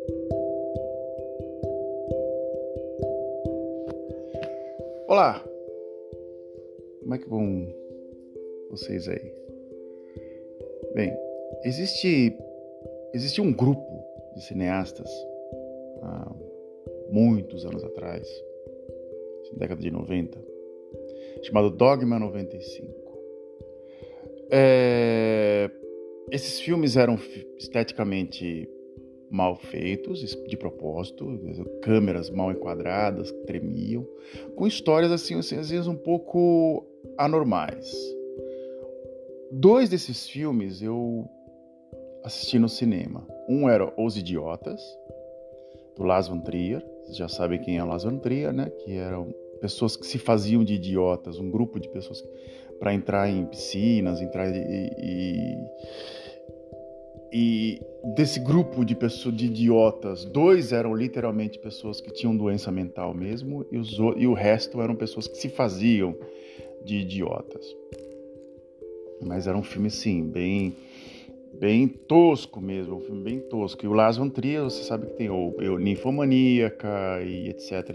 Olá, como é que vão vocês aí? Bem, existe um grupo de cineastas há muitos anos atrás, na década de 90, chamado Dogma 95. Esses filmes eram esteticamente mal feitos, de propósito, câmeras mal enquadradas, que tremiam, com histórias assim, às vezes um pouco anormais. 2 desses filmes eu assisti no cinema. Um era Os Idiotas, do Lars von Trier. Vocês já sabem quem é o Lars von Trier, né? Que eram pessoas que se faziam de idiotas, um grupo de pessoas para entrar em piscinas, e desse grupo de pessoas, de idiotas, 2 eram literalmente pessoas que tinham doença mental mesmo, e o resto eram pessoas que se faziam de idiotas. Mas era um filme, assim, bem tosco mesmo, um filme bem tosco. E o Lars von Trier, você sabe que tem o Ninfomaníaca e etc.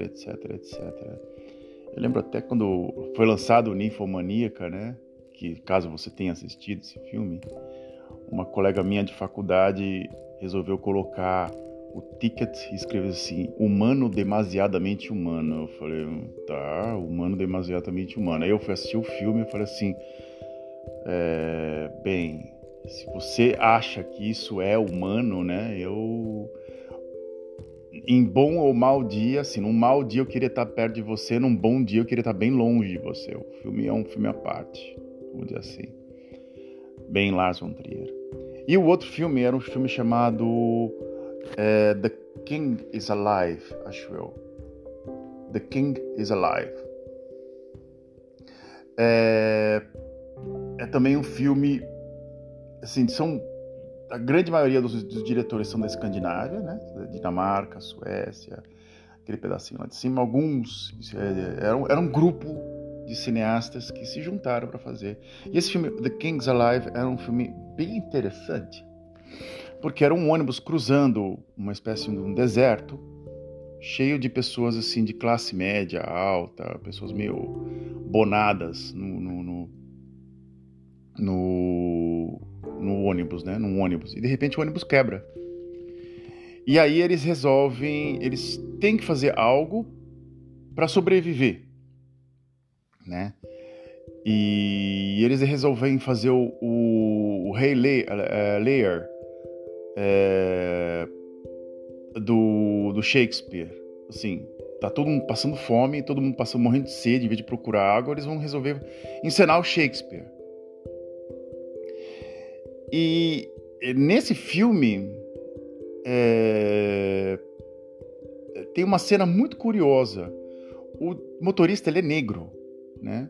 Eu lembro até quando foi lançado o Ninfomaníaca, né? Que, caso você tenha assistido esse filme, uma colega minha de faculdade resolveu colocar o ticket e escrever assim: humano demasiadamente humano. Eu falei, tá, humano demasiadamente humano. Aí eu fui assistir o filme e falei assim, bem, se você acha que isso é humano, né, em bom ou mau dia, assim, num mau dia eu queria estar perto de você, num bom dia eu queria estar bem longe de você. O filme é um filme à parte, vamos dizer assim, bem Lars von Trier. E o outro filme era um filme chamado The King is Alive, acho eu. The King is Alive. É também um filme, assim, a grande maioria dos diretores são da Escandinávia, né? Da Dinamarca, Suécia, aquele pedacinho lá de cima. Alguns era um grupo de cineastas que se juntaram para fazer. E esse filme, The King's Alive, era um filme bem interessante, porque era um ônibus cruzando uma espécie de um deserto, cheio de pessoas assim de classe média, alta, pessoas meio bonadas no ônibus, né? Num ônibus. E de repente o ônibus quebra. E aí eles têm que fazer algo para sobreviver, né? E eles resolvem fazer o Rei Lear do Shakespeare. Assim, tá todo mundo passando fome, todo mundo morrendo de sede, em vez de procurar água, eles vão resolver encenar o Shakespeare. E nesse filme tem uma cena muito curiosa. O motorista, ele é negro, né?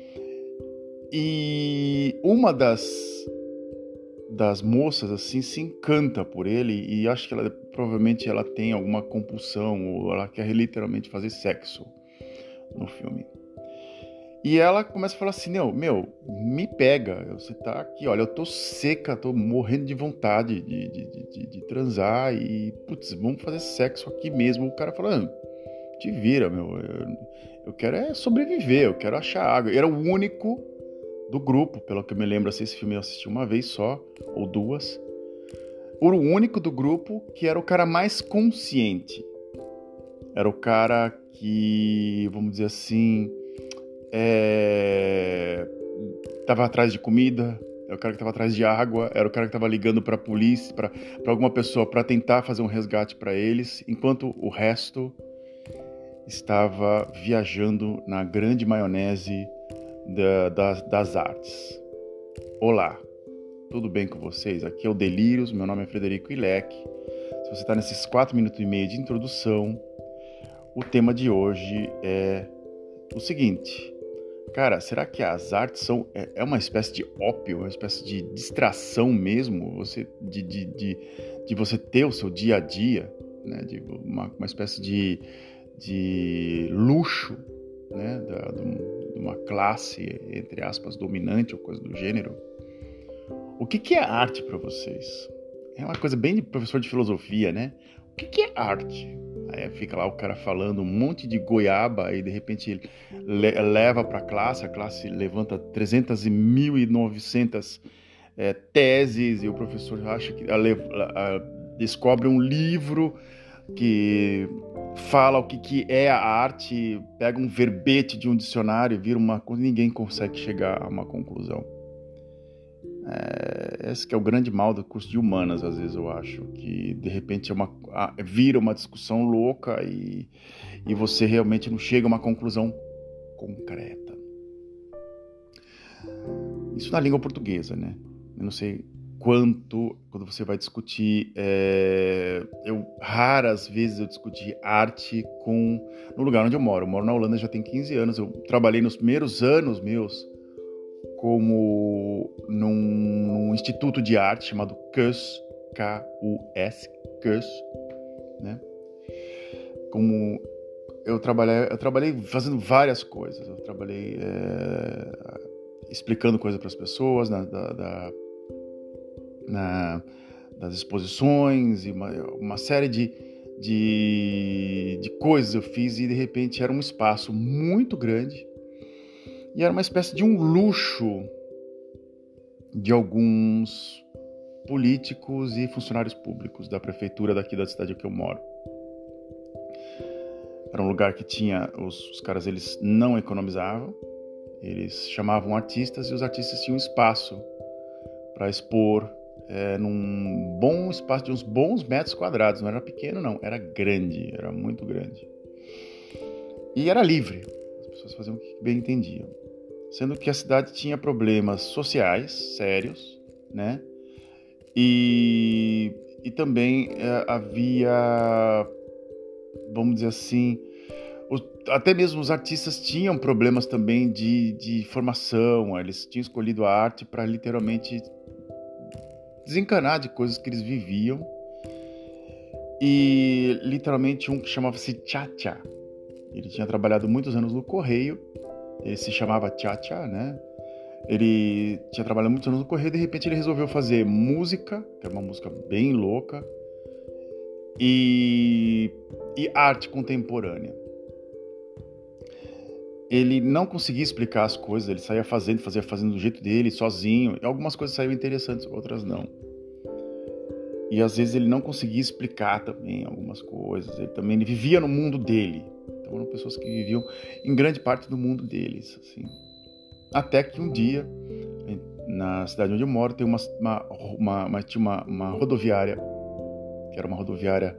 E uma das moças assim se encanta por ele e acho que provavelmente ela tem alguma compulsão ou ela quer literalmente fazer sexo no filme. E ela começa a falar assim, meu, me pega, você tá aqui, olha, eu tô seca, tô morrendo de vontade de transar e, putz, vamos fazer sexo aqui mesmo. O cara fala, te vira, meu, eu quero sobreviver, eu quero achar água. Eu era o único do grupo, pelo que eu me lembro, assim, esse filme eu assisti uma vez só, ou 2. O único do grupo que era o cara mais consciente. Era o cara que, vamos dizer assim, tava atrás de comida, era o cara que tava atrás de água, era o cara que tava ligando pra polícia, pra alguma pessoa, pra tentar fazer um resgate pra eles, enquanto o resto estava viajando na grande maionese das artes. Olá, tudo bem com vocês? Aqui é o Delírios, meu nome é Frederico Ilec. Se você está nesses 4 minutos e meio de introdução, o tema de hoje é o seguinte: cara, será que as artes são uma espécie de ópio, uma espécie de distração mesmo, de você ter o seu dia a dia, né? De uma espécie de luxo, né? De uma classe, entre aspas, dominante ou coisa do gênero. O que é arte para vocês? É uma coisa bem de professor de filosofia, né? que é arte? Aí fica lá o cara falando um monte de goiaba e de repente ele leva para a classe levanta 300.900 teses e o professor acha que descobre um livro que fala o que é a arte, pega um verbete de um dicionário e vira uma coisa, ninguém consegue chegar a uma conclusão. Esse que é o grande mal do curso de humanas, às vezes eu acho, que de repente vira uma discussão louca e você realmente não chega a uma conclusão concreta. Isso na língua portuguesa, né? Eu não sei quando você vai discutir, raras vezes eu discuti arte no lugar onde eu moro na Holanda já tem 15 anos, eu trabalhei nos primeiros anos meus como num instituto de arte chamado KUS, K-U-S, KUS, né? Como eu trabalhei fazendo várias coisas, eu trabalhei explicando coisas para as pessoas, das exposições e uma série de coisas eu fiz e de repente era um espaço muito grande e era uma espécie de um luxo de alguns políticos e funcionários públicos da prefeitura daqui da cidade que eu moro. Era um lugar que tinha, os caras eles não economizavam, eles chamavam artistas e os artistas tinham espaço para expor num bom espaço de uns bons metros quadrados, não era pequeno não, era grande, era muito grande. E era livre, as pessoas faziam o que bem entendiam. Sendo que a cidade tinha problemas sociais sérios, né? E também havia, vamos dizer assim, até mesmo os artistas tinham problemas também de formação, eles tinham escolhido a arte para literalmente desencanar de coisas que eles viviam. E literalmente um que chamava-se Tchatcha, ele tinha trabalhado muitos anos no Correio, ele se chamava Tchatcha, né? Ele tinha trabalhado muitos anos no Correio e de repente ele resolveu fazer música, que era uma música bem louca, e arte contemporânea. Ele não conseguia explicar as coisas, ele saía fazendo do jeito dele, sozinho, e algumas coisas saíam interessantes, outras não. E às vezes ele não conseguia explicar também algumas coisas, ele vivia no mundo dele. Então eram pessoas que viviam em grande parte do mundo deles, assim. Até que um dia, na cidade onde eu moro, tem tinha uma rodoviária, que era uma rodoviária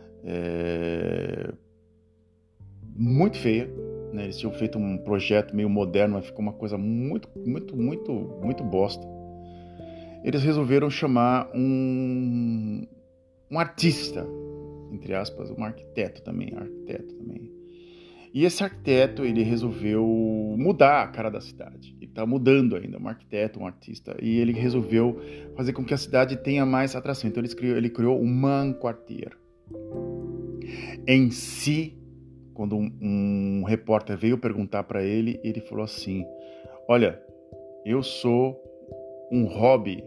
muito feia, né? Eles tinham feito um projeto meio moderno, mas ficou uma coisa muito, muito, muito, muito bosta. Eles resolveram chamar um artista, entre aspas, um arquiteto também. E esse arquiteto, ele resolveu mudar a cara da cidade. Ele está mudando ainda, um arquiteto, um artista. E ele resolveu fazer com que a cidade tenha mais atração. Então ele criou o Mankwartier. Em si, quando um repórter veio perguntar para ele, ele falou assim: olha, eu sou um hobby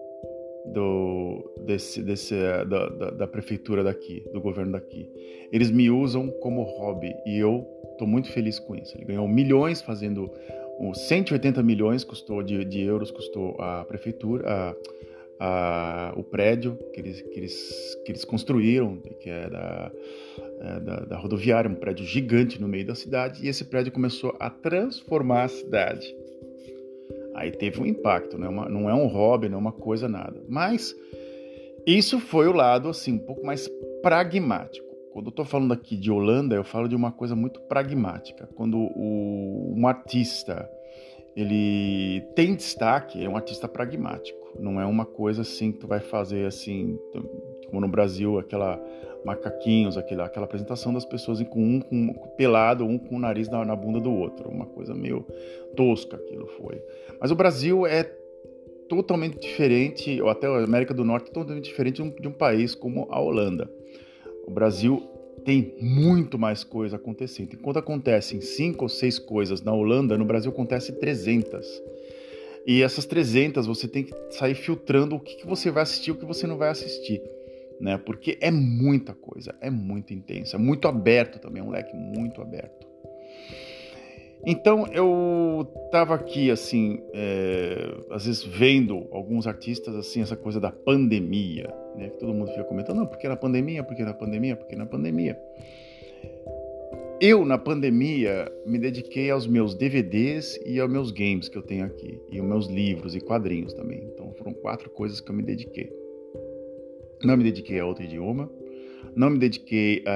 da prefeitura daqui, do governo daqui. Eles me usam como hobby e eu estou muito feliz com isso. Ele ganhou milhões fazendo 180 milhões de euros custou a prefeitura, o prédio que eles construíram, que é da rodoviária, um prédio gigante no meio da cidade, e esse prédio começou a transformar a cidade. Aí teve um impacto, né? Não é um hobby, não é uma coisa, nada. Mas isso foi o lado, assim, um pouco mais pragmático. Quando eu estou falando aqui de Holanda, eu falo de uma coisa muito pragmática. Quando um artista ele tem destaque, é um artista pragmático. Não é uma coisa assim que tu vai fazer assim, como no Brasil, macaquinhos, aquela apresentação das pessoas pelado, um com o nariz na bunda do outro. Uma coisa meio tosca aquilo foi. Mas o Brasil é totalmente diferente, ou até a América do Norte, totalmente diferente de um país como a Holanda. O Brasil tem muito mais coisa acontecendo. Enquanto acontecem 5 ou 6 coisas na Holanda, no Brasil acontece 300. E essas 300 você tem que sair filtrando o que você vai assistir e o que você não vai assistir, né? Porque é muita coisa. coisa, é muito intenso, é muito aberto também, é um leque muito aberto. Então eu tava aqui, assim, às vezes vendo alguns artistas, assim, essa coisa da pandemia, né? Que todo mundo fica comentando, não, porque na pandemia, porque na pandemia, porque na pandemia. Eu, na pandemia, me dediquei aos meus DVDs e aos meus games que eu tenho aqui, e aos meus livros e quadrinhos também. Então foram 4 coisas que eu me dediquei. Não me dediquei a outro idioma, não me dediquei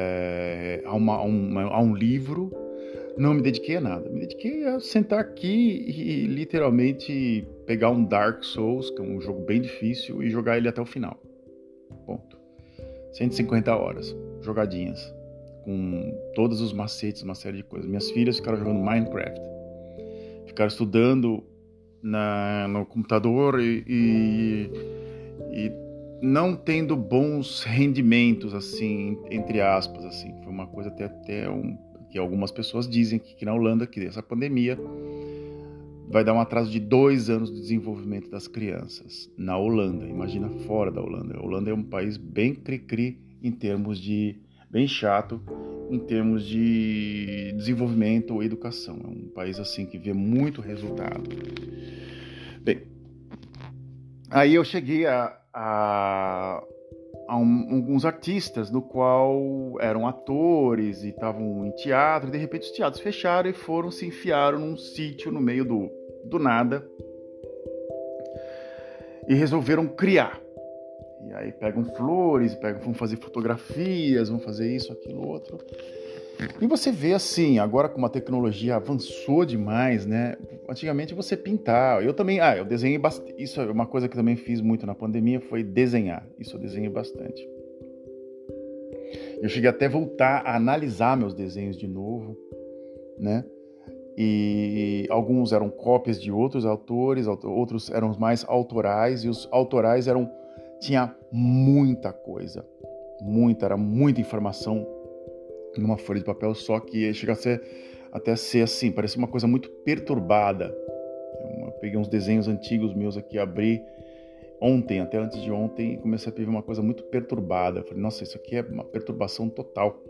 a um livro, não me dediquei a nada. Me dediquei a sentar aqui e literalmente pegar um Dark Souls, que é um jogo bem difícil, e jogar ele até o final. Ponto. 150 horas, jogadinhas, com todos os macetes, uma série de coisas. Minhas filhas ficaram jogando Minecraft, ficaram estudando no computador e não tendo bons rendimentos, assim, entre aspas, assim. Foi uma coisa que algumas pessoas dizem que na Holanda, que essa pandemia vai dar um atraso de 2 anos de desenvolvimento das crianças. Na Holanda, imagina fora da Holanda. A Holanda é um país bem cri-cri em termos de... bem chato em termos de desenvolvimento ou educação. É um país, assim, que vê muito resultado. Bem, aí eu cheguei alguns artistas no qual eram atores e estavam em teatro, e de repente os teatros fecharam e se enfiaram num sítio no meio do nada e resolveram criar. E aí pegam flores, vão fazer fotografias, vão fazer isso, aquilo, outro. E você vê assim, agora como a tecnologia avançou demais, né? Antigamente você pintava. Eu também, eu desenhei bastante. Isso é uma coisa que eu também fiz muito na pandemia, foi desenhar. Isso eu desenhei bastante. Eu cheguei até a voltar a analisar meus desenhos de novo, né? E alguns eram cópias de outros autores, outros eram mais autorais, e os autorais tinha muita coisa, era muita informação numa folha de papel só, que chega até a ser assim, parecia uma coisa muito perturbada. Eu peguei uns desenhos antigos meus aqui, abri ontem, até antes de ontem, e comecei a ver uma coisa muito perturbada. Eu falei, nossa, isso aqui é uma perturbação total.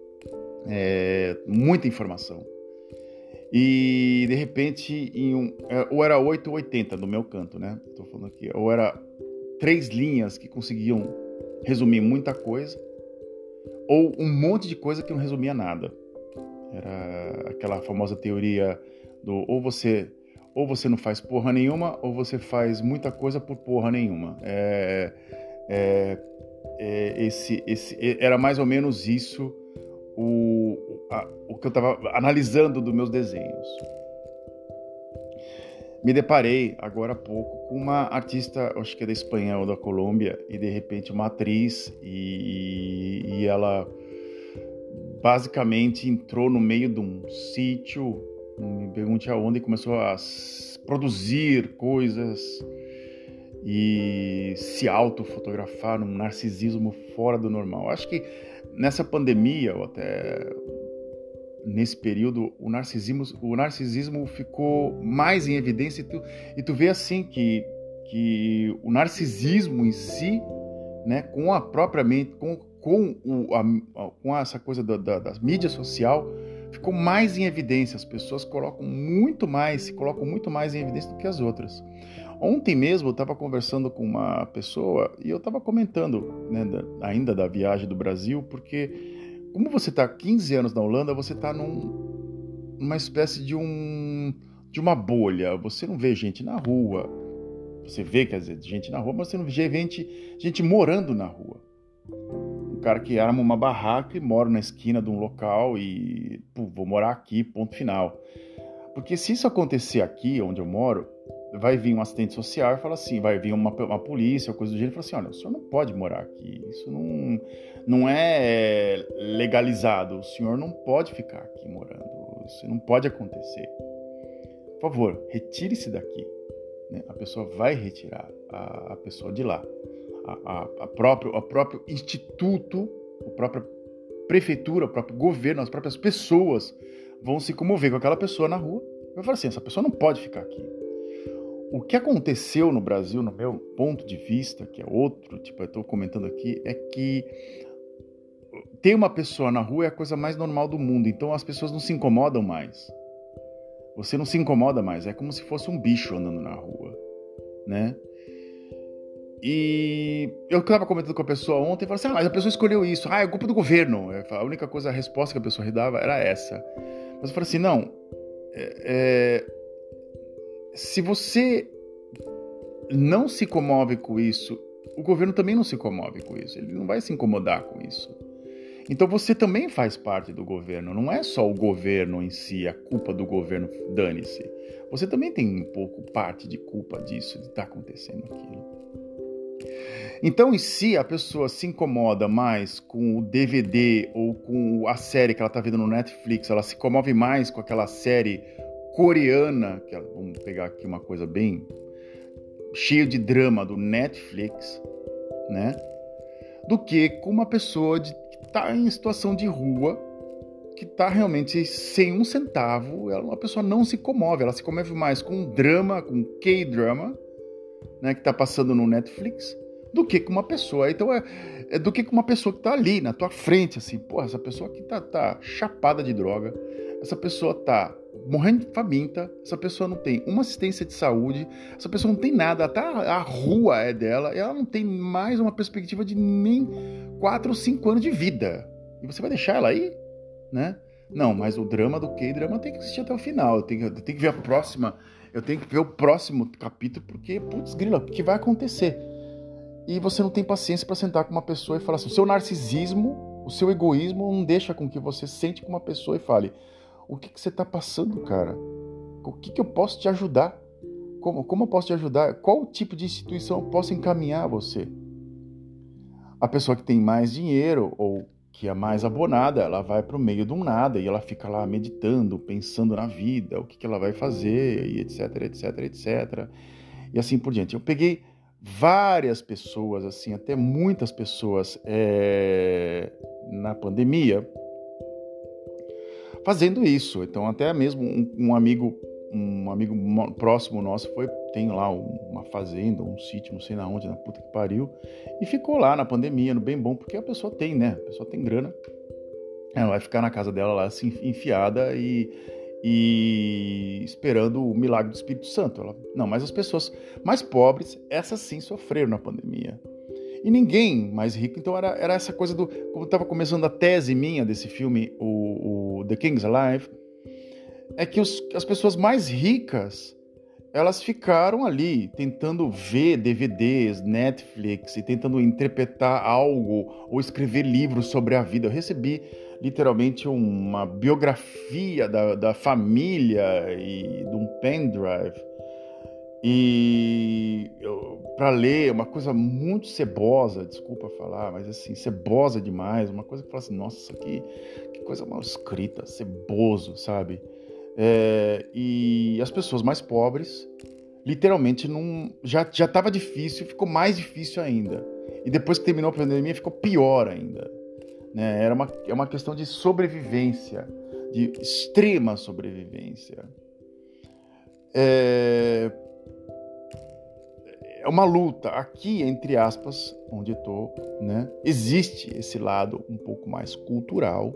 Muita informação. E, de repente, ou era 8 ou 80 no meu canto, né? Tô falando aqui. Ou era 3 linhas que conseguiam resumir muita coisa, ou um monte de coisa que não resumia nada. Era aquela famosa teoria do ou você não faz porra nenhuma, ou você faz muita coisa por porra nenhuma. Era mais ou menos isso o que eu estava analisando dos meus desenhos. Me deparei agora há pouco com uma artista, acho que é da Espanha ou da Colômbia, e de repente uma atriz, e ela basicamente entrou no meio de um sítio, não me pergunte aonde, e começou a produzir coisas e se autofotografar num narcisismo fora do normal. Acho que nessa pandemia, ou até nesse período, o narcisismo ficou mais em evidência, e tu vê assim que o narcisismo em si, né, com a própria mente, com essa coisa da mídia social, ficou mais em evidência. As pessoas se colocam muito mais em evidência do que as outras. Ontem mesmo eu estava conversando com uma pessoa e eu estava comentando, né, ainda da viagem do Brasil, porque como você está 15 anos na Holanda, você está numa espécie de uma bolha. Você não vê gente na rua. Você vê, quer dizer, gente na rua, mas você não vê gente morando na rua. Um cara que arma uma barraca e mora na esquina de um local e, vou morar aqui, ponto final. Porque se isso acontecer aqui, onde eu moro, vai vir um assistente social e fala assim, vai vir uma polícia ou coisa do gênero e fala assim, olha, o senhor não pode morar aqui, isso não é legalizado, o senhor não pode ficar aqui morando, isso não pode acontecer. Por favor, retire-se daqui. Né? A pessoa vai retirar a pessoa de lá. O próprio instituto, a própria prefeitura, o próprio governo, as próprias pessoas vão se comover com aquela pessoa na rua. Vai falar assim, essa pessoa não pode ficar aqui. O que aconteceu no Brasil, no meu ponto de vista, que é outro, eu estou comentando aqui, é que ter uma pessoa na rua é a coisa mais normal do mundo, então as pessoas não se incomodam mais. Você não se incomoda mais, é como se fosse um bicho andando na rua, né? E eu estava comentando com a pessoa ontem, e falei assim, mas a pessoa escolheu isso, é culpa do governo. A única coisa, a resposta que a pessoa dava era essa. Mas eu falei assim, não, se você não se comove com isso, o governo também não se comove com isso, ele não vai se incomodar com isso. Então você também faz parte do governo, não é só o governo em si, a culpa do governo, dane-se. Você também tem um pouco parte de culpa disso, de estar acontecendo aquilo. Então, em si, a pessoa se incomoda mais com o DVD ou com a série que ela está vendo no Netflix, ela se comove mais com aquela série coreana, vamos pegar aqui uma coisa bem cheia de drama do Netflix, né? Do que com uma pessoa que está em situação de rua, que está realmente sem um centavo, uma pessoa não se comove, ela se comove mais com um drama, com um K-drama, né, que está passando no Netflix, do que com uma pessoa. Então do que com uma pessoa que está ali na tua frente, assim, pô, essa pessoa aqui tá chapada de droga, essa pessoa tá morrendo de faminta, essa pessoa não tem uma assistência de saúde, essa pessoa não tem nada, a rua é dela, e ela não tem mais uma perspectiva de nem 4 ou 5 anos de vida. E você vai deixar ela aí, né? Não, mas o drama do K-drama tem que assistir até o final, eu tenho que ver a próxima, eu tenho que ver o próximo capítulo, porque, putz, grila, o que vai acontecer? E você não tem paciência para sentar com uma pessoa e falar assim, o seu narcisismo, o seu egoísmo não deixa com que você sente com uma pessoa e fale, o que você está passando, cara? O que eu posso te ajudar? Como eu posso te ajudar? Qual tipo de instituição eu posso encaminhar você? A pessoa que tem mais dinheiro ou que é mais abonada, ela vai para o meio do nada e ela fica lá meditando, pensando na vida, o que ela vai fazer, e etc, etc, etc. E assim por diante. Eu peguei várias pessoas, assim, até muitas pessoas na pandemia fazendo isso. Então até mesmo um amigo próximo nosso tem lá uma fazenda, um sítio, não sei na onde, na puta que pariu, e ficou lá na pandemia, no bem bom, porque a pessoa tem, né? A pessoa tem grana, ela vai ficar na casa dela lá, assim, enfiada e esperando o milagre do Espírito Santo. Não, mas as pessoas mais pobres, essas sim sofreram na pandemia. E ninguém mais rico, então era essa coisa do... Como estava começando a tese minha desse filme, o The King's Alive, é que as pessoas mais ricas, elas ficaram ali tentando ver DVDs, Netflix, e tentando interpretar algo ou escrever livros sobre a vida. Eu recebi literalmente uma biografia da família e de um pendrive para ler, uma coisa muito cebosa, desculpa falar, mas assim, cebosa demais, uma coisa que fala assim, nossa, que coisa mal escrita, ceboso, sabe? E as pessoas mais pobres, literalmente, já estava difícil, ficou mais difícil ainda. E depois que terminou a pandemia, ficou pior ainda. Né? É uma questão de sobrevivência, de extrema sobrevivência. É uma luta. Aqui, entre aspas, onde eu estou, né? Existe esse lado um pouco mais cultural.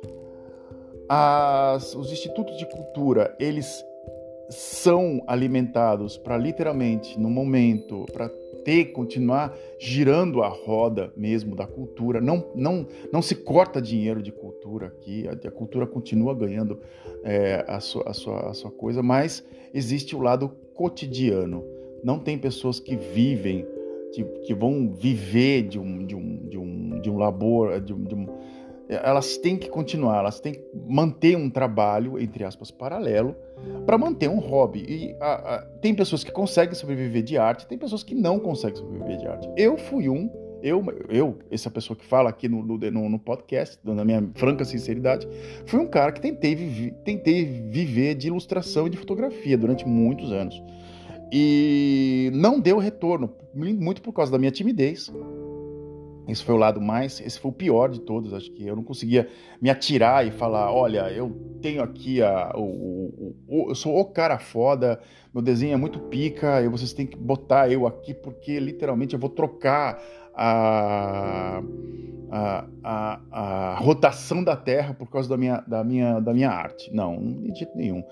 Os institutos de cultura, eles são alimentados para literalmente, no momento, para continuar girando a roda mesmo da cultura. Não se corta dinheiro de cultura aqui, a cultura continua ganhando a sua coisa, mas existe o lado cotidiano. Não tem pessoas que vivem, que vão viver de um labor, elas têm que continuar, elas têm que manter um trabalho, entre aspas, paralelo, para manter um hobby. E tem pessoas que conseguem sobreviver de arte, tem pessoas que não conseguem sobreviver de arte. Eu fui essa pessoa que fala aqui no podcast, na minha franca sinceridade, fui um cara que tentei viver de ilustração e de fotografia durante muitos anos. E não deu retorno, muito por causa da minha timidez. Esse foi o pior de todos. Acho que eu não conseguia me atirar e falar, olha, eu tenho aqui eu sou o cara foda, meu desenho é muito pica, e vocês têm que botar eu aqui porque literalmente eu vou trocar a rotação da Terra por causa da minha arte. Não, de jeito nenhum.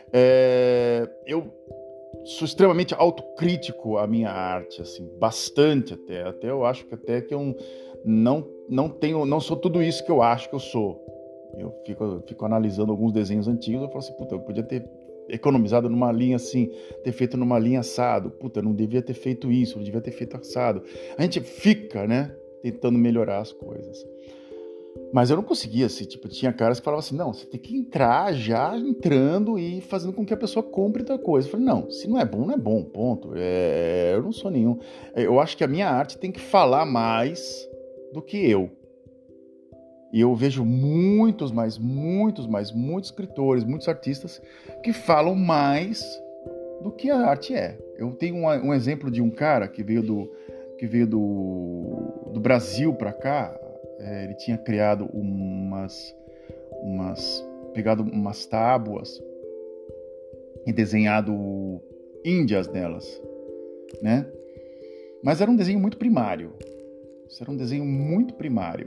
Eu sou extremamente autocrítico à minha arte, assim, bastante até. Até eu acho que até que eu não sou tudo isso que eu acho que eu sou. Eu fico analisando alguns desenhos antigos, eu falo assim, puta, eu podia ter economizado numa linha assim, ter feito numa linha assado, puta, eu não devia ter feito isso, eu devia ter feito assado. A gente fica, né, tentando melhorar as coisas. Mas eu não conseguia, assim, tipo, tinha caras que falavam assim, não, você tem que entrar já entrando e fazendo com que a pessoa compre outra coisa. Eu falei, não, se não é bom, não é bom, ponto. Eu não sou nenhum. Eu acho que a minha arte tem que falar mais do que eu. E eu vejo muitos escritores, muitos artistas que falam mais do que a arte é. Eu tenho um exemplo de um cara que veio do Brasil para cá. Ele tinha criado pegado umas tábuas e desenhado índias nelas, né? Mas era um desenho muito primário. Isso era um desenho muito primário.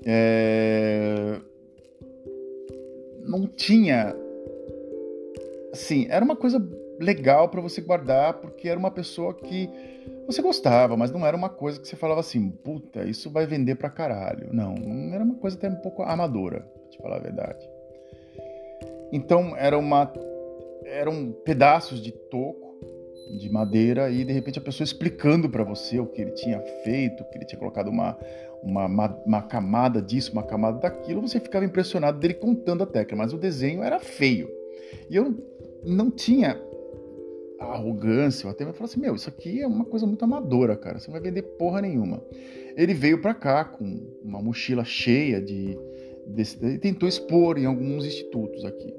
Não tinha, assim, era uma coisa legal para você guardar, porque era uma pessoa que você gostava, mas não era uma coisa que você falava assim, puta, isso vai vender pra caralho. Não, era uma coisa até um pouco amadora, pra te falar a verdade. Então eram pedaços de toco, de madeira, e de repente a pessoa explicando para você o que ele tinha feito, que ele tinha colocado uma camada disso, uma camada daquilo, você ficava impressionado dele contando a técnica, mas o desenho era feio. E eu não tinha a arrogância, eu até me falei assim, isso aqui é uma coisa muito amadora, cara, você não vai vender porra nenhuma. Ele veio pra cá com uma mochila cheia e tentou expor em alguns institutos aqui.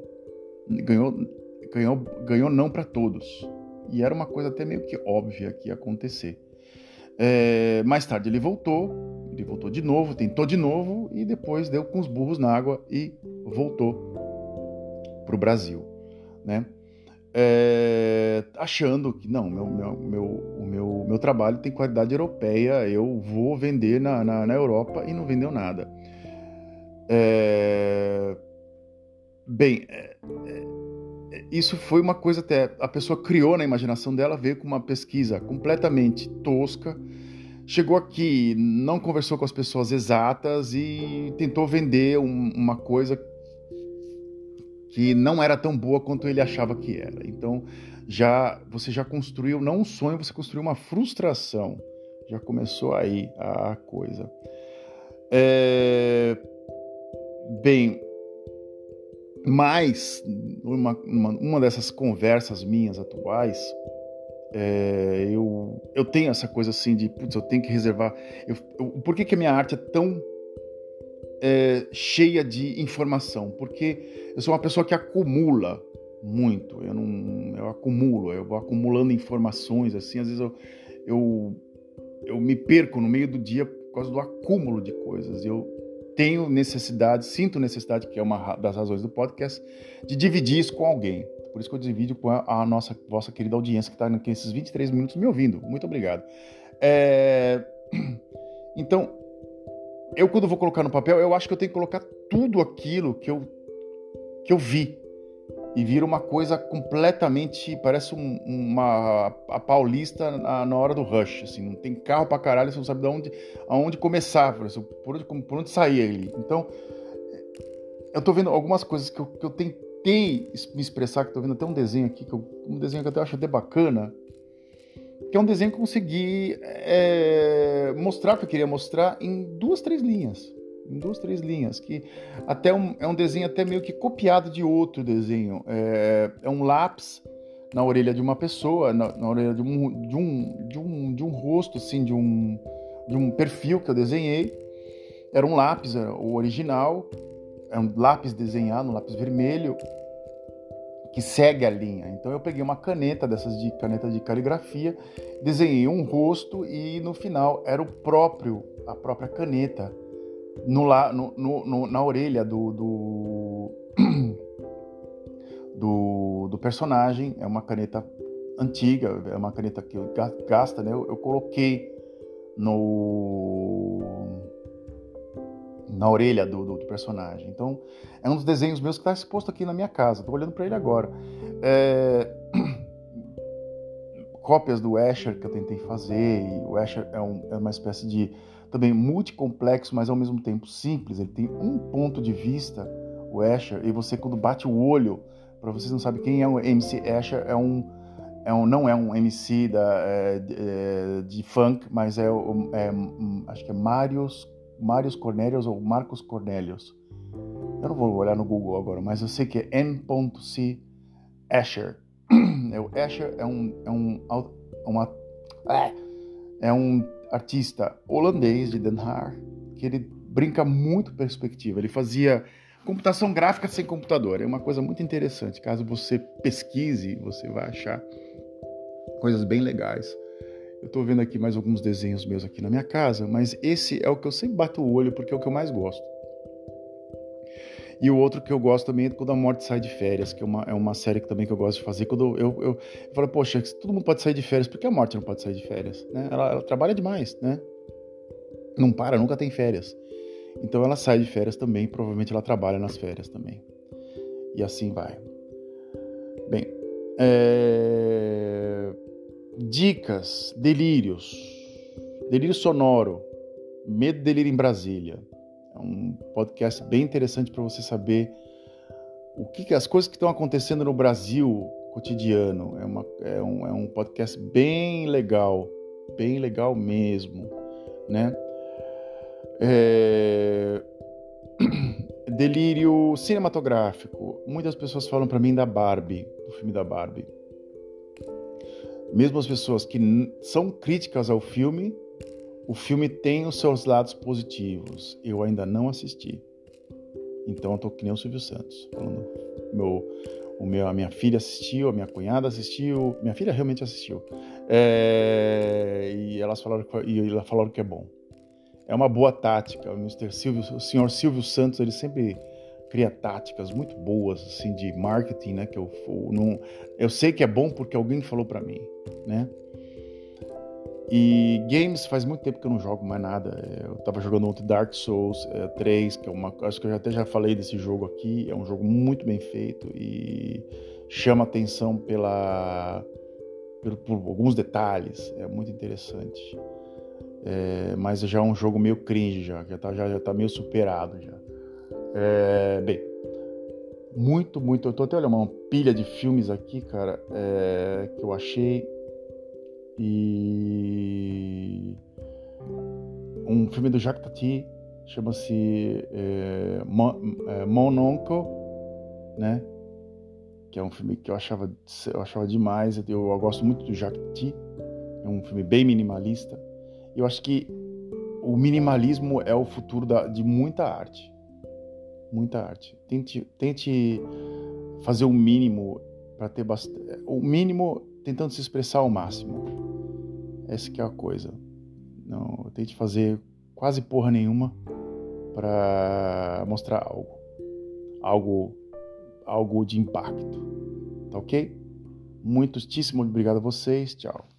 Ganhou não para todos. E era uma coisa até meio que óbvia que ia acontecer. Mais tarde ele voltou de novo, tentou de novo e depois deu com os burros na água e voltou pro Brasil, né? Achando que não, o meu trabalho tem qualidade europeia, eu vou vender na Europa, e não vendeu nada. Isso foi uma coisa até, a pessoa criou na imaginação dela, veio com uma pesquisa completamente tosca, chegou aqui, não conversou com as pessoas exatas e tentou vender uma coisa que não era tão boa quanto ele achava que era. Então, você já construiu, não um sonho, você construiu uma frustração. Já começou aí a coisa. Mas, uma dessas conversas minhas atuais, eu tenho essa coisa assim de, putz, eu tenho que reservar. Por que a minha arte é tão cheia de informação? Porque eu sou uma pessoa que acumula muito. Eu vou acumulando informações, assim, às vezes eu me perco no meio do dia por causa do acúmulo de coisas. Eu sinto necessidade, que é uma das razões do podcast, de dividir isso com alguém. Por isso que eu divido com a vossa querida audiência que está aqui nesses 23 minutos me ouvindo. Muito obrigado. Então, quando vou colocar no papel, eu acho que eu tenho que colocar tudo aquilo que eu vi. E vira uma coisa completamente, parece a Paulista na hora do rush, assim, não tem carro pra caralho, você não sabe aonde começar, por onde sair ali. Então, eu tô vendo algumas coisas que eu tentei me expressar, que tô vendo até um desenho aqui, um desenho que eu até acho até bacana, que é um desenho que eu consegui mostrar o que eu queria mostrar em 2, 3 linhas. Que até é um desenho até meio que copiado de outro desenho. É um lápis na orelha de uma pessoa, na orelha de um rosto, assim, de um perfil que eu desenhei. Era um lápis, o original, é um lápis desenhado, um lápis vermelho, que segue a linha. Então eu peguei uma caneta dessas caneta de caligrafia, desenhei um rosto e no final era a própria caneta na orelha do personagem. É uma caneta antiga, é uma caneta que gasta, né? Eu coloquei na orelha do personagem. Então, é um dos desenhos meus que está exposto aqui na minha casa. Estou olhando para ele agora. Cópias do Escher que eu tentei fazer. E o Escher é uma espécie de também multicomplexo, mas ao mesmo tempo simples. Ele tem um ponto de vista, o Escher, e você quando bate o olho, para vocês não sabem quem é o MC Escher, não é um MC de funk, mas acho que é Marius Cornelius ou Marcos Cornelius. Eu não vou olhar no Google agora, mas eu sei que é N.C. Escher. O Escher é um artista holandês de Den Haag, que ele brinca muito com perspectiva. Ele fazia computação gráfica sem computador. É uma coisa muito interessante. Caso você pesquise, você vai achar coisas bem legais. Eu estou vendo aqui mais alguns desenhos meus aqui na minha casa, mas esse é o que eu sempre bato o olho porque é o que eu mais gosto. E o outro que eu gosto também é quando a Morte Sai de Férias, que é uma série que também que eu gosto de fazer. Quando eu falo, poxa, se todo mundo pode sair de férias, por que a Morte não pode sair de férias? Né? Ela trabalha demais, né? Não para, nunca tem férias. Então ela sai de férias também, provavelmente ela trabalha nas férias também. E assim vai. Bem, dicas, delírio sonoro, Medo e Delírio em Brasília. É um podcast bem interessante para você saber as coisas que estão acontecendo no Brasil cotidiano. É um podcast bem legal mesmo, né? Delírio cinematográfico. Muitas pessoas falam para mim do filme da Barbie. Mesmo as pessoas que são críticas ao filme, o filme tem os seus lados positivos. Eu ainda não assisti. Então eu tô que nem o Silvio Santos. Falando, a minha filha assistiu, a minha cunhada assistiu. Minha filha realmente assistiu. E elas falaram que é bom. É uma boa tática. O Sr. Silvio Santos, ele sempre cria táticas muito boas assim, de marketing, né? Que eu sei que é bom porque alguém falou para mim, né? E games, faz muito tempo que eu não jogo mais nada. Eu tava jogando ontem Dark Souls 3, que acho que eu até já falei desse jogo aqui. É um jogo muito bem feito e chama atenção por alguns detalhes. É muito interessante. Mas já é um jogo meio cringe, já tá meio superado já. Bem, muito, eu tô até olhando uma pilha de filmes aqui, cara, que eu achei. E um filme do Jacques Tati chama-se Mon Oncle, né? Que é um filme que eu achava demais. Eu gosto muito do Jacques Tati. É um filme bem minimalista. Eu acho que o minimalismo é o futuro de muita arte. Muita arte. Tente fazer o mínimo para ter bastante. O mínimo tentando se expressar ao máximo. Essa que é a coisa. Não, tente fazer quase porra nenhuma para mostrar algo de impacto. Tá ok? Muitíssimo obrigado a vocês. Tchau.